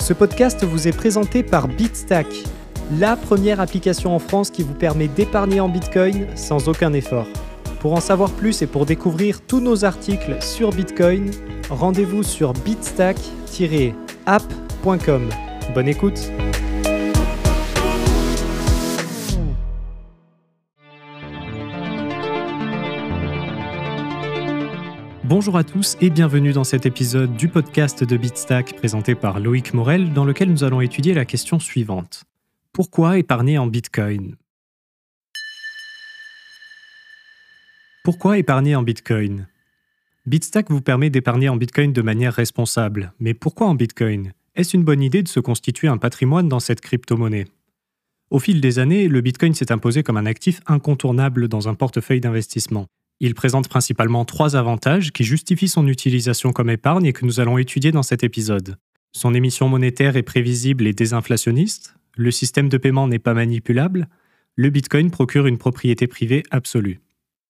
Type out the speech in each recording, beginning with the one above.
Ce podcast vous est présenté par BitStack, la première application en France qui vous permet d'épargner en Bitcoin sans aucun effort. Pour en savoir plus et pour découvrir tous nos articles sur Bitcoin, rendez-vous sur bitstack-app.com. Bonne écoute. Bonjour à tous et bienvenue dans cet épisode du podcast de BitStack présenté par Loïc Morel, dans lequel nous allons étudier la question suivante. Pourquoi épargner en Bitcoin ? Pourquoi épargner en Bitcoin ? BitStack vous permet d'épargner en Bitcoin de manière responsable. Mais pourquoi en Bitcoin ? Est-ce une bonne idée de se constituer un patrimoine dans cette crypto-monnaie ? Au fil des années, le Bitcoin s'est imposé comme un actif incontournable dans un portefeuille d'investissement. Il présente principalement 3 avantages qui justifient son utilisation comme épargne et que nous allons étudier dans cet épisode. Son émission monétaire est prévisible et désinflationniste, le système de paiement n'est pas manipulable, le Bitcoin procure une propriété privée absolue.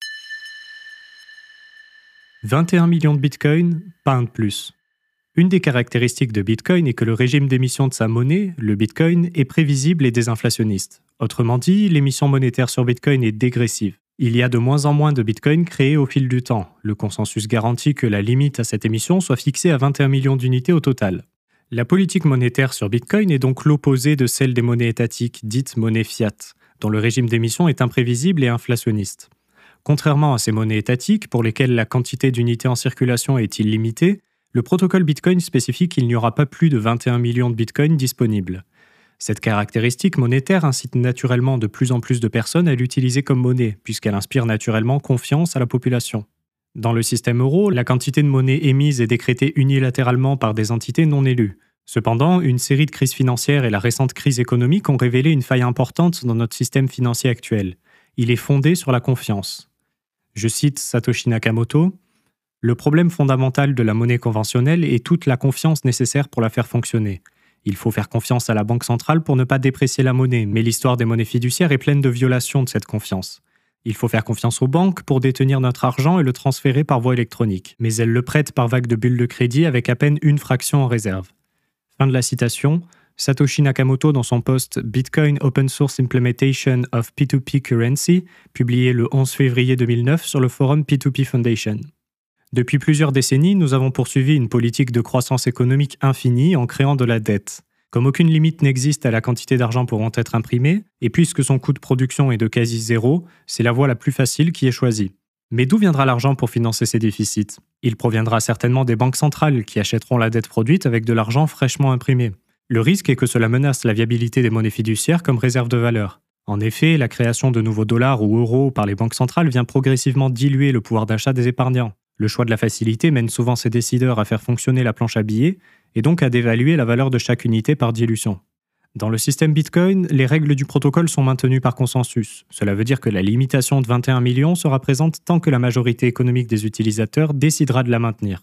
21 millions de Bitcoin, pas un de plus. Une des caractéristiques de Bitcoin est que le régime d'émission de sa monnaie, le Bitcoin, est prévisible et désinflationniste. Autrement dit, l'émission monétaire sur Bitcoin est dégressive. Il y a de moins en moins de Bitcoin créés au fil du temps. Le consensus garantit que la limite à cette émission soit fixée à 21 millions d'unités au total. La politique monétaire sur Bitcoin est donc l'opposé de celle des monnaies étatiques, dites monnaie fiat, dont le régime d'émission est imprévisible et inflationniste. Contrairement à ces monnaies étatiques, pour lesquelles la quantité d'unités en circulation est illimitée, le protocole Bitcoin spécifie qu'il n'y aura pas plus de 21 millions de Bitcoin disponibles. Cette caractéristique monétaire incite naturellement de plus en plus de personnes à l'utiliser comme monnaie, puisqu'elle inspire naturellement confiance à la population. Dans le système euro, la quantité de monnaie émise est décrétée unilatéralement par des entités non élues. Cependant, une série de crises financières et la récente crise économique ont révélé une faille importante dans notre système financier actuel. Il est fondé sur la confiance. Je cite Satoshi Nakamoto, « Le problème fondamental de la monnaie conventionnelle est toute la confiance nécessaire pour la faire fonctionner. Il faut faire confiance à la banque centrale pour ne pas déprécier la monnaie, mais l'histoire des monnaies fiduciaires est pleine de violations de cette confiance. Il faut faire confiance aux banques pour détenir notre argent et le transférer par voie électronique, mais elles le prêtent par vague de bulles de crédit avec à peine une fraction en réserve. » Fin de la citation. Satoshi Nakamoto dans son post Bitcoin Open Source Implementation of P2P Currency, publié le 11 février 2009 sur le forum P2P Foundation. Depuis plusieurs décennies, nous avons poursuivi une politique de croissance économique infinie en créant de la dette. Comme aucune limite n'existe à la quantité d'argent pouvant être imprimée, et puisque son coût de production est de quasi zéro, c'est la voie la plus facile qui est choisie. Mais d'où viendra l'argent pour financer ces déficits ? Il proviendra certainement des banques centrales qui achèteront la dette produite avec de l'argent fraîchement imprimé. Le risque est que cela menace la viabilité des monnaies fiduciaires comme réserve de valeur. En effet, la création de nouveaux dollars ou euros par les banques centrales vient progressivement diluer le pouvoir d'achat des épargnants. Le choix de la facilité mène souvent ces décideurs à faire fonctionner la planche à billets et donc à dévaluer la valeur de chaque unité par dilution. Dans le système Bitcoin, les règles du protocole sont maintenues par consensus. Cela veut dire que la limitation de 21 millions sera présente tant que la majorité économique des utilisateurs décidera de la maintenir.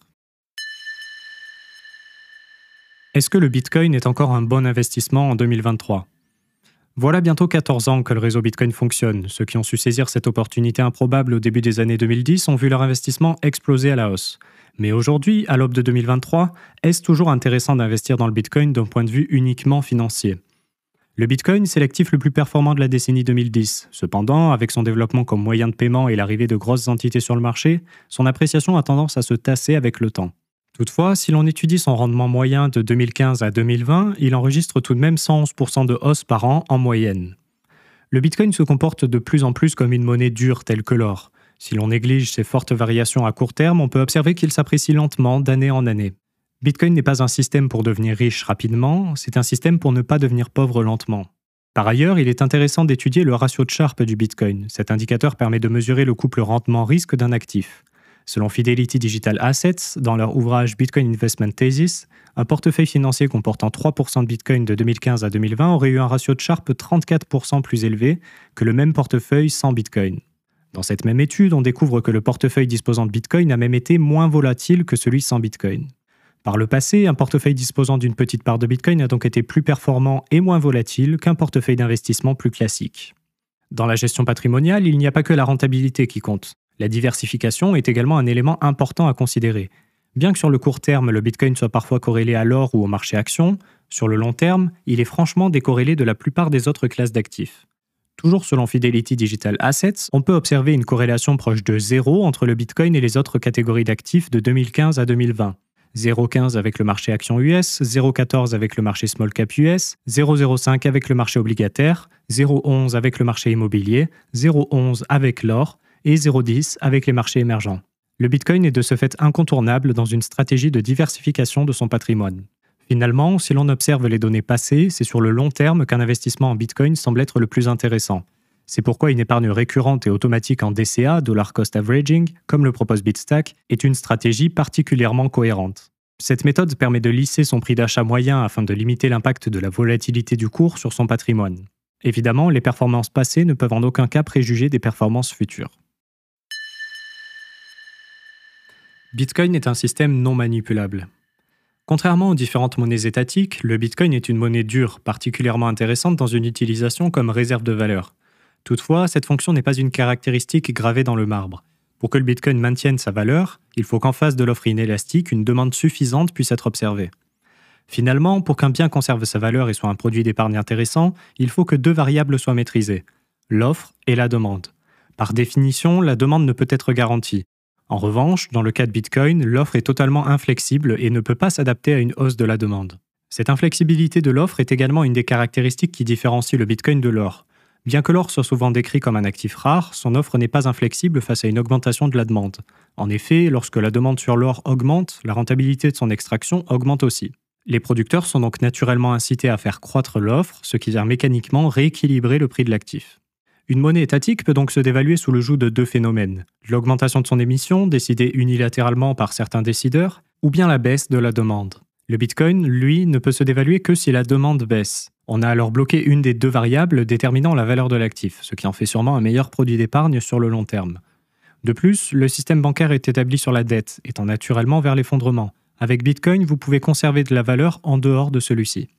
Est-ce que le Bitcoin est encore un bon investissement en 2023 ? Voilà bientôt 14 ans que le réseau Bitcoin fonctionne. Ceux qui ont su saisir cette opportunité improbable au début des années 2010 ont vu leur investissement exploser à la hausse. Mais aujourd'hui, à l'aube de 2023, est-ce toujours intéressant d'investir dans le Bitcoin d'un point de vue uniquement financier ? Le Bitcoin, c'est l'actif le plus performant de la décennie 2010. Cependant, avec son développement comme moyen de paiement et l'arrivée de grosses entités sur le marché, son appréciation a tendance à se tasser avec le temps. Toutefois, si l'on étudie son rendement moyen de 2015 à 2020, il enregistre tout de même 111% de hausse par an en moyenne. Le Bitcoin se comporte de plus en plus comme une monnaie dure telle que l'or. Si l'on néglige ses fortes variations à court terme, on peut observer qu'il s'apprécie lentement d'année en année. Bitcoin n'est pas un système pour devenir riche rapidement, c'est un système pour ne pas devenir pauvre lentement. Par ailleurs, il est intéressant d'étudier le ratio de Sharpe du Bitcoin. Cet indicateur permet de mesurer le couple rendement-risque d'un actif. Selon Fidelity Digital Assets, dans leur ouvrage Bitcoin Investment Thesis, un portefeuille financier comportant 3% de Bitcoin de 2015 à 2020 aurait eu un ratio de Sharpe 34% plus élevé que le même portefeuille sans Bitcoin. Dans cette même étude, on découvre que le portefeuille disposant de Bitcoin a même été moins volatile que celui sans Bitcoin. Par le passé, un portefeuille disposant d'une petite part de Bitcoin a donc été plus performant et moins volatile qu'un portefeuille d'investissement plus classique. Dans la gestion patrimoniale, il n'y a pas que la rentabilité qui compte. La diversification est également un élément important à considérer. Bien que sur le court terme, le Bitcoin soit parfois corrélé à l'or ou au marché actions, sur le long terme, il est franchement décorrélé de la plupart des autres classes d'actifs. Toujours selon Fidelity Digital Assets, on peut observer une corrélation proche de 0 entre le Bitcoin et les autres catégories d'actifs de 2015 à 2020. 0,15 avec le marché actions US, 0,14 avec le marché small cap US, 0,05 avec le marché obligataire, 0,11 avec le marché immobilier, 0,11 avec l'or et 0,10 avec les marchés émergents. Le Bitcoin est de ce fait incontournable dans une stratégie de diversification de son patrimoine. Finalement, si l'on observe les données passées, c'est sur le long terme qu'un investissement en Bitcoin semble être le plus intéressant. C'est pourquoi une épargne récurrente et automatique en DCA, Dollar Cost Averaging, comme le propose Bitstack, est une stratégie particulièrement cohérente. Cette méthode permet de lisser son prix d'achat moyen afin de limiter l'impact de la volatilité du cours sur son patrimoine. Évidemment, les performances passées ne peuvent en aucun cas préjuger des performances futures. Bitcoin est un système non manipulable. Contrairement aux différentes monnaies étatiques, le Bitcoin est une monnaie dure, particulièrement intéressante dans une utilisation comme réserve de valeur. Toutefois, cette fonction n'est pas une caractéristique gravée dans le marbre. Pour que le Bitcoin maintienne sa valeur, il faut qu'en face de l'offre inélastique, une demande suffisante puisse être observée. Finalement, pour qu'un bien conserve sa valeur et soit un produit d'épargne intéressant, il faut que deux variables soient maîtrisées, l'offre et la demande. Par définition, la demande ne peut être garantie. En revanche, dans le cas de Bitcoin, l'offre est totalement inflexible et ne peut pas s'adapter à une hausse de la demande. Cette inflexibilité de l'offre est également une des caractéristiques qui différencie le Bitcoin de l'or. Bien que l'or soit souvent décrit comme un actif rare, son offre n'est pas inflexible face à une augmentation de la demande. En effet, lorsque la demande sur l'or augmente, la rentabilité de son extraction augmente aussi. Les producteurs sont donc naturellement incités à faire croître l'offre, ce qui vient mécaniquement rééquilibrer le prix de l'actif. Une monnaie étatique peut donc se dévaluer sous le joug de deux phénomènes, l'augmentation de son émission, décidée unilatéralement par certains décideurs, ou bien la baisse de la demande. Le Bitcoin, lui, ne peut se dévaluer que si la demande baisse. On a alors bloqué une des deux variables déterminant la valeur de l'actif, ce qui en fait sûrement un meilleur produit d'épargne sur le long terme. De plus, le système bancaire est établi sur la dette, étant naturellement vers l'effondrement. Avec Bitcoin, vous pouvez conserver de la valeur en dehors de celui-ci.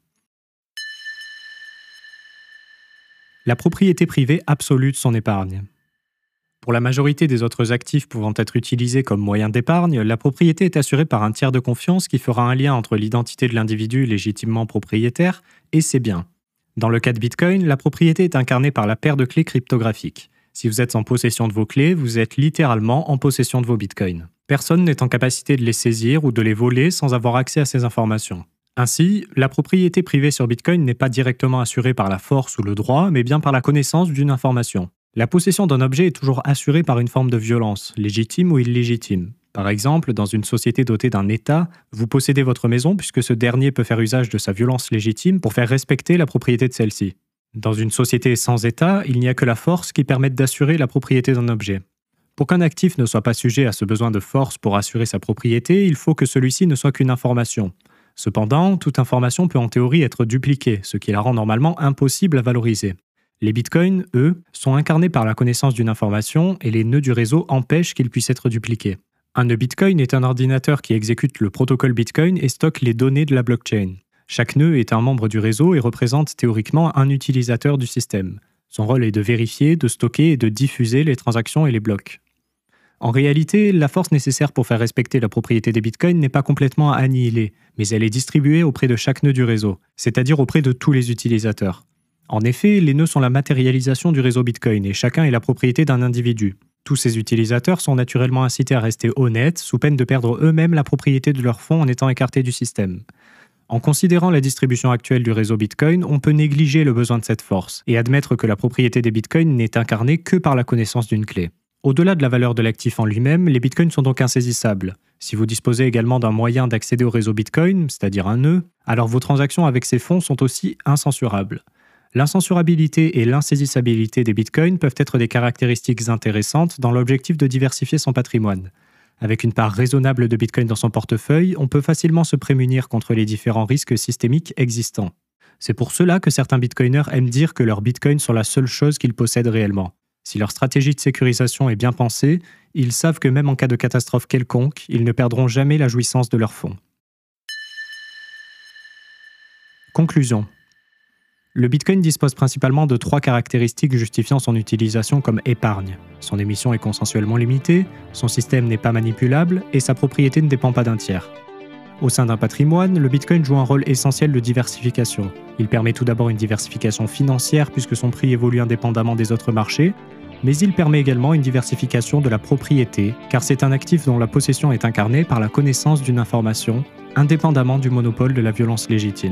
La propriété privée absolue de son épargne. Pour la majorité des autres actifs pouvant être utilisés comme moyen d'épargne, la propriété est assurée par un tiers de confiance qui fera un lien entre l'identité de l'individu légitimement propriétaire et ses biens. Dans le cas de Bitcoin, la propriété est incarnée par la paire de clés cryptographiques. Si vous êtes en possession de vos clés, vous êtes littéralement en possession de vos Bitcoins. Personne n'est en capacité de les saisir ou de les voler sans avoir accès à ces informations. Ainsi, la propriété privée sur Bitcoin n'est pas directement assurée par la force ou le droit, mais bien par la connaissance d'une information. La possession d'un objet est toujours assurée par une forme de violence, légitime ou illégitime. Par exemple, dans une société dotée d'un État, vous possédez votre maison puisque ce dernier peut faire usage de sa violence légitime pour faire respecter la propriété de celle-ci. Dans une société sans État, il n'y a que la force qui permette d'assurer la propriété d'un objet. Pour qu'un actif ne soit pas sujet à ce besoin de force pour assurer sa propriété, il faut que celui-ci ne soit qu'une information. Cependant, toute information peut en théorie être dupliquée, ce qui la rend normalement impossible à valoriser. Les bitcoins, eux, sont incarnés par la connaissance d'une information et les nœuds du réseau empêchent qu'ils puissent être dupliqués. Un nœud bitcoin est un ordinateur qui exécute le protocole bitcoin et stocke les données de la blockchain. Chaque nœud est un membre du réseau et représente théoriquement un utilisateur du système. Son rôle est de vérifier, de stocker et de diffuser les transactions et les blocs. En réalité, la force nécessaire pour faire respecter la propriété des bitcoins n'est pas complètement annihilée, mais elle est distribuée auprès de chaque nœud du réseau, c'est-à-dire auprès de tous les utilisateurs. En effet, les nœuds sont la matérialisation du réseau bitcoin et chacun est la propriété d'un individu. Tous ces utilisateurs sont naturellement incités à rester honnêtes, sous peine de perdre eux-mêmes la propriété de leurs fonds en étant écartés du système. En considérant la distribution actuelle du réseau Bitcoin, on peut négliger le besoin de cette force et admettre que la propriété des bitcoins n'est incarnée que par la connaissance d'une clé. Au-delà de la valeur de l'actif en lui-même, les bitcoins sont donc insaisissables. Si vous disposez également d'un moyen d'accéder au réseau Bitcoin, c'est-à-dire un nœud, alors vos transactions avec ces fonds sont aussi incensurables. L'incensurabilité et l'insaisissabilité des bitcoins peuvent être des caractéristiques intéressantes dans l'objectif de diversifier son patrimoine. Avec une part raisonnable de bitcoin dans son portefeuille, on peut facilement se prémunir contre les différents risques systémiques existants. C'est pour cela que certains bitcoiners aiment dire que leurs bitcoins sont la seule chose qu'ils possèdent réellement. Si leur stratégie de sécurisation est bien pensée, ils savent que même en cas de catastrophe quelconque, ils ne perdront jamais la jouissance de leurs fonds. Conclusion. Le Bitcoin dispose principalement de 3 caractéristiques justifiant son utilisation comme épargne. Son émission est consensuellement limitée, son système n'est pas manipulable et sa propriété ne dépend pas d'un tiers. Au sein d'un patrimoine, le Bitcoin joue un rôle essentiel de diversification. Il permet tout d'abord une diversification financière puisque son prix évolue indépendamment des autres marchés, mais il permet également une diversification de la propriété, car c'est un actif dont la possession est incarnée par la connaissance d'une information, indépendamment du monopole de la violence légitime.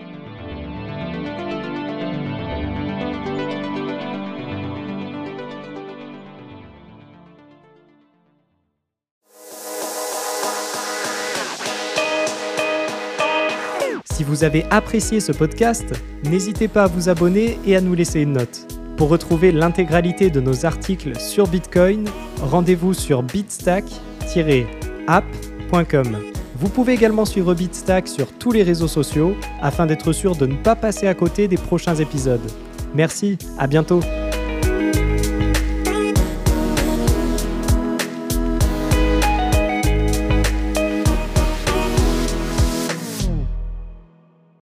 Si vous avez apprécié ce podcast, n'hésitez pas à vous abonner et à nous laisser une note. Pour retrouver l'intégralité de nos articles sur Bitcoin, rendez-vous sur bitstack-app.com. Vous pouvez également suivre Bitstack sur tous les réseaux sociaux afin d'être sûr de ne pas passer à côté des prochains épisodes. Merci, à bientôt.